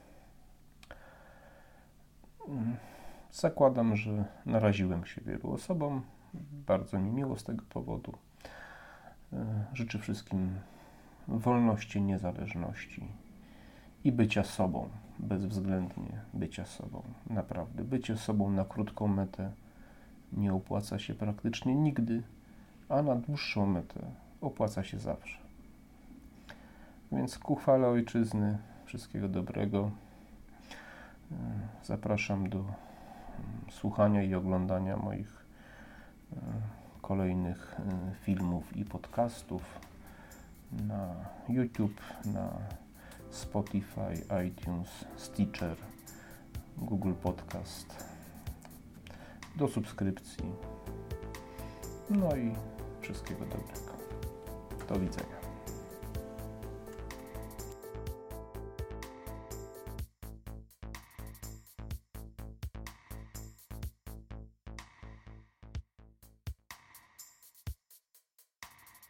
Zakładam, że naraziłem się wielu osobom. Bardzo mi miło z tego powodu. Życzę wszystkim wolności, niezależności i bycia sobą, bezwzględnie bycia sobą. Naprawdę, bycie sobą na krótką metę nie opłaca się praktycznie nigdy, a na dłuższą metę opłaca się zawsze. Więc ku chwale Ojczyzny, wszystkiego dobrego. Zapraszam do słuchania i oglądania moich kolejnych filmów i podcastów na YouTube, na Spotify, iTunes, Stitcher, Google Podcast. Do subskrypcji. No i wszystkiego dobrego. Do widzenia.